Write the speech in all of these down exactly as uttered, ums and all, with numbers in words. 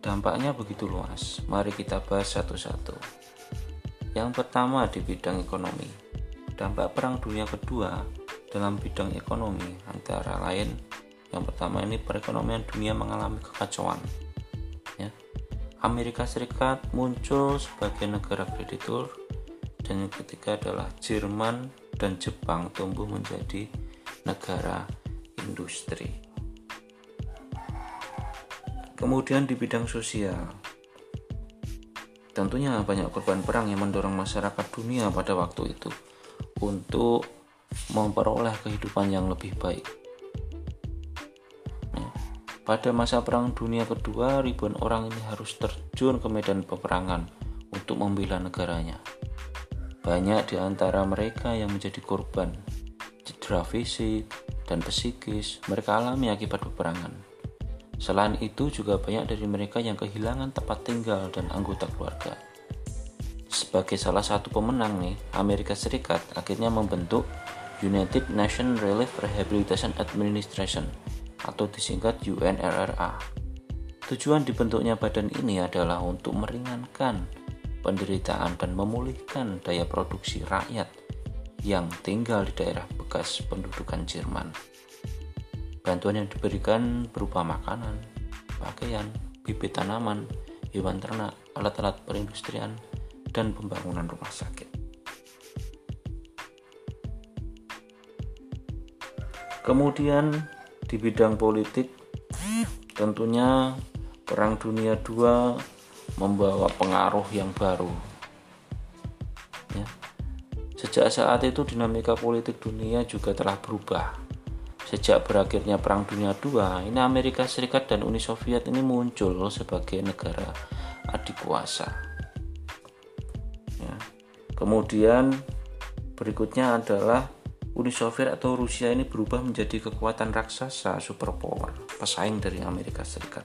dampaknya begitu luas. Mari kita bahas satu-satu. Yang pertama di bidang ekonomi. Dampak Perang Dunia Kedua dalam bidang ekonomi antara lain, yang pertama ini perekonomian dunia mengalami kekacauan. Ya. Amerika Serikat muncul sebagai negara kreditur, dan yang ketiga adalah Jerman dan Jepang tumbuh menjadi negara industri. Kemudian di bidang sosial, tentunya banyak korban perang yang mendorong masyarakat dunia pada waktu itu untuk memperoleh kehidupan yang lebih baik. Nah, pada masa Perang Dunia Kedua, ribuan orang ini harus terjun ke medan peperangan untuk membela negaranya. Banyak di antara mereka yang menjadi korban cedera fisik dan psikis mereka alami akibat peperangan. Selain itu juga banyak dari mereka yang kehilangan tempat tinggal dan anggota keluarga. Sebagai salah satu pemenang nih, Amerika Serikat akhirnya membentuk United Nations Relief Rehabilitation Administration atau disingkat U N R R A. Tujuan dibentuknya badan ini adalah untuk meringankan penderitaan dan memulihkan daya produksi rakyat yang tinggal di daerah bekas pendudukan Jerman. Bantuan yang diberikan berupa makanan, pakaian, bibit tanaman, hewan ternak, alat-alat perindustrian, dan pembangunan rumah sakit. Kemudian di bidang politik, tentunya Perang Dunia kedua membawa pengaruh yang baru. Ya. Sejak saat itu dinamika politik dunia juga telah berubah. Sejak berakhirnya Perang Dunia kedua, ini Amerika Serikat dan Uni Soviet ini muncul sebagai negara adikuasa. Ya. Kemudian berikutnya adalah Uni Soviet atau Rusia ini berubah menjadi kekuatan raksasa superpower, pesaing dari Amerika Serikat.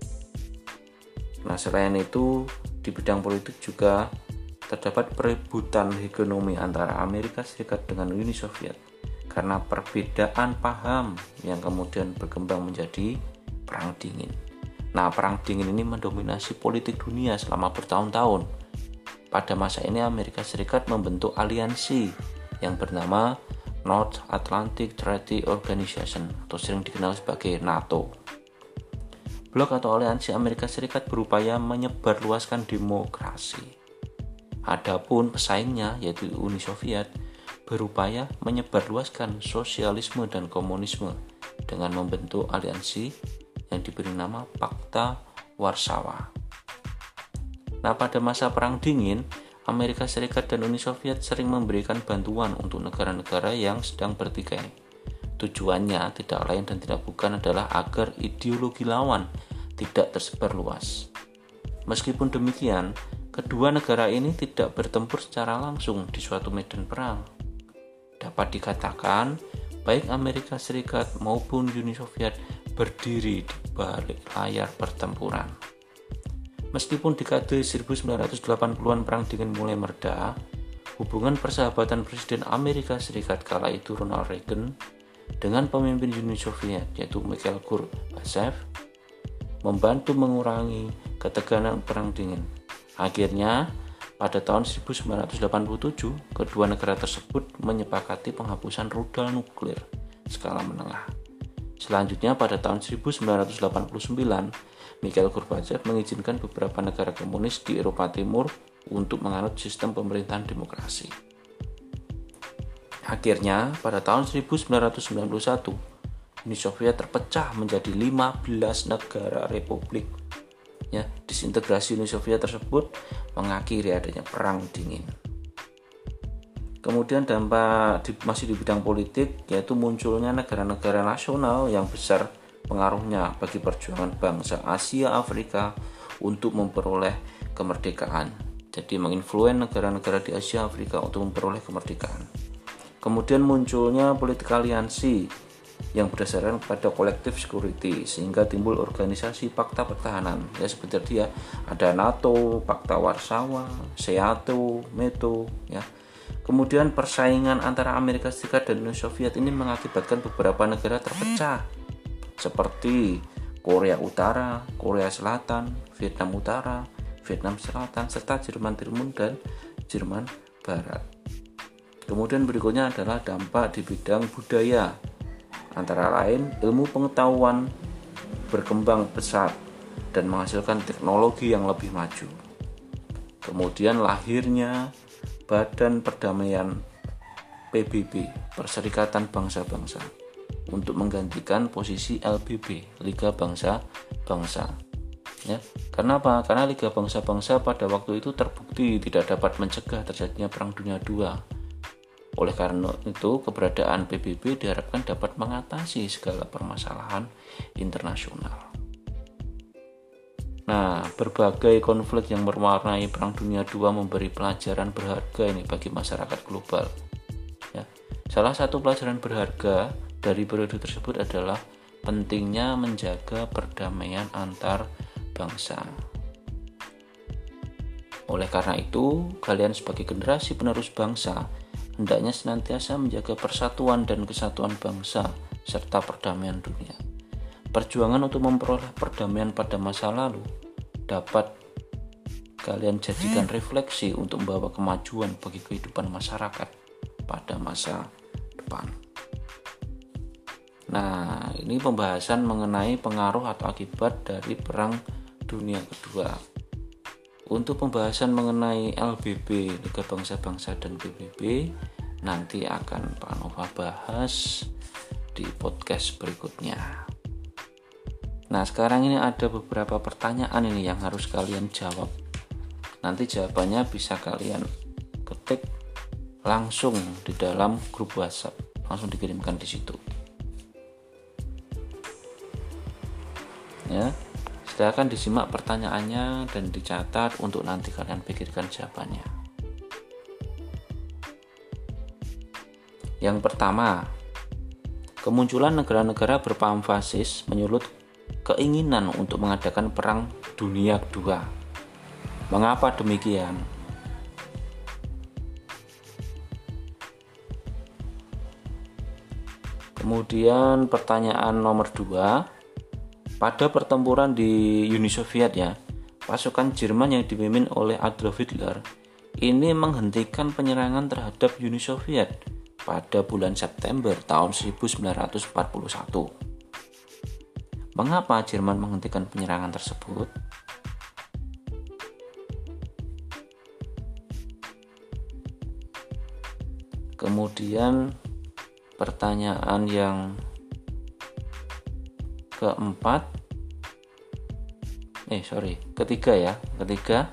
Nah, selain itu di bidang politik juga terdapat perebutan hegemonia antara Amerika Serikat dengan Uni Soviet karena perbedaan paham yang kemudian berkembang menjadi Perang Dingin. Nah, Perang Dingin ini mendominasi politik dunia selama bertahun-tahun. Pada masa ini Amerika Serikat membentuk aliansi yang bernama North Atlantic Treaty Organization atau sering dikenal sebagai NATO. Blok atau aliansi Amerika Serikat berupaya menyebarluaskan demokrasi. Adapun pesaingnya yaitu Uni Soviet berupaya menyebarluaskan sosialisme dan komunisme dengan membentuk aliansi yang diberi nama Pakta Warsawa. Nah, pada masa Perang Dingin, Amerika Serikat dan Uni Soviet sering memberikan bantuan untuk negara-negara yang sedang bertikai. Tujuannya tidak lain dan tidak bukan adalah agar ideologi lawan tidak tersebar luas. Meskipun demikian, kedua negara ini tidak bertempur secara langsung di suatu medan perang. Dapat dikatakan, baik Amerika Serikat maupun Uni Soviet berdiri di balik layar pertempuran. Meskipun dekade seribu sembilan ratus delapan puluhan Perang Dingin mulai mereda, hubungan persahabatan Presiden Amerika Serikat kala itu Ronald Reagan dengan pemimpin Uni Soviet yaitu Mikhail Gorbachev membantu mengurangi ketegangan Perang Dingin. Akhirnya, pada tahun seribu sembilan ratus delapan puluh tujuh, kedua negara tersebut menyepakati penghapusan rudal nuklir skala menengah. Selanjutnya, pada tahun seribu sembilan ratus delapan puluh sembilan, Mikhail Gorbachev mengizinkan beberapa negara komunis di Eropa Timur untuk menganut sistem pemerintahan demokrasi. Akhirnya, pada tahun seribu sembilan ratus sembilan puluh satu, Uni Soviet terpecah menjadi lima belas negara republik. Ya, disintegrasi Uni Soviet tersebut mengakhiri adanya Perang Dingin. Kemudian dampak di, masih di bidang politik, yaitu munculnya negara-negara nasional yang besar pengaruhnya bagi perjuangan bangsa Asia Afrika untuk memperoleh kemerdekaan. Jadi menginfluen negara-negara di Asia Afrika untuk memperoleh kemerdekaan. Kemudian munculnya politik aliansi yang berdasarkan pada collective security sehingga timbul organisasi pakta pertahanan. Ya seperti dia ada NATO, Pakta Warsawa, SEATO, NATO, ya. Kemudian persaingan antara Amerika Serikat dan Uni Soviet ini mengakibatkan beberapa negara terpecah seperti Korea Utara, Korea Selatan, Vietnam Utara, Vietnam Selatan, serta Jerman Timur dan Jerman Barat. Kemudian berikutnya adalah dampak di bidang budaya. Antara lain, ilmu pengetahuan berkembang pesat dan menghasilkan teknologi yang lebih maju. Kemudian lahirnya Badan Perdamaian P B B, Perserikatan Bangsa-Bangsa, untuk menggantikan posisi L B B, Liga Bangsa-Bangsa. Ya, karena apa? Karena Liga Bangsa-Bangsa pada waktu itu terbukti tidak dapat mencegah terjadinya Perang Dunia kedua. Oleh karena itu, keberadaan P B B diharapkan dapat mengatasi segala permasalahan internasional. Nah, berbagai konflik yang mewarnai Perang Dunia kedua memberi pelajaran berharga ini bagi masyarakat global. Ya, salah satu pelajaran berharga dari periode tersebut adalah pentingnya menjaga perdamaian antar bangsa. Oleh karena itu, kalian sebagai generasi penerus bangsa hendaknya senantiasa menjaga persatuan dan kesatuan bangsa serta perdamaian dunia. Perjuangan untuk memperoleh perdamaian pada masa lalu dapat kalian jadikan refleksi untuk membawa kemajuan bagi kehidupan masyarakat pada masa depan. Nah, ini pembahasan mengenai pengaruh atau akibat dari Perang Dunia Kedua. Untuk pembahasan mengenai L B B, Liga Bangsa-Bangsa dan P B B, nanti akan Pak Nova bahas di podcast berikutnya. Nah, sekarang ini ada beberapa pertanyaan ini yang harus kalian jawab. Nanti jawabannya bisa kalian ketik langsung di dalam grup WhatsApp, langsung dikirimkan di situ. Ya, silakan disimak pertanyaannya dan dicatat untuk nanti kalian pikirkan jawabannya. Yang pertama, kemunculan negara-negara berpaham fasis menyulut keinginan untuk mengadakan Perang Dunia Kedua. Mengapa demikian? Kemudian pertanyaan nomor dua, pada pertempuran di Uni Soviet ya, pasukan Jerman yang dipimpin oleh Adolf Hitler ini menghentikan penyerangan terhadap Uni Soviet pada bulan September tahun seribu sembilan ratus empat puluh satu. Mengapa Jerman menghentikan penyerangan tersebut? Kemudian pertanyaan yang keempat, eh sorry, ketiga ya, ketiga,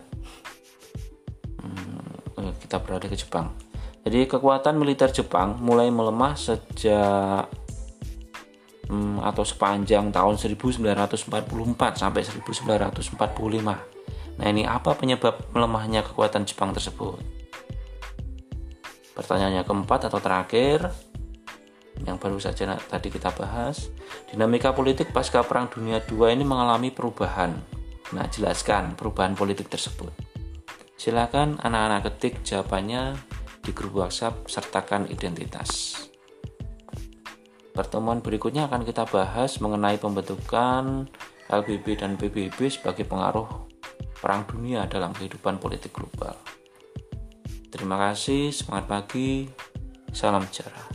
hmm, kita beralih ke Jepang. Jadi kekuatan militer Jepang mulai melemah sejak hmm, atau sepanjang tahun seribu sembilan ratus empat puluh empat sampai seribu sembilan ratus empat puluh lima. Nah, ini apa penyebab melemahnya kekuatan Jepang tersebut? Pertanyaannya keempat atau terakhir, yang baru saja tadi kita bahas, dinamika politik pasca Perang Dunia kedua ini mengalami perubahan. Nah, jelaskan perubahan politik tersebut. Silakan anak-anak ketik jawabannya di grup WhatsApp, sertakan identitas. Pertemuan berikutnya akan kita bahas mengenai pembentukan L B B dan P B B sebagai pengaruh Perang Dunia dalam kehidupan politik global. Terima kasih, semangat pagi, salam sejarah.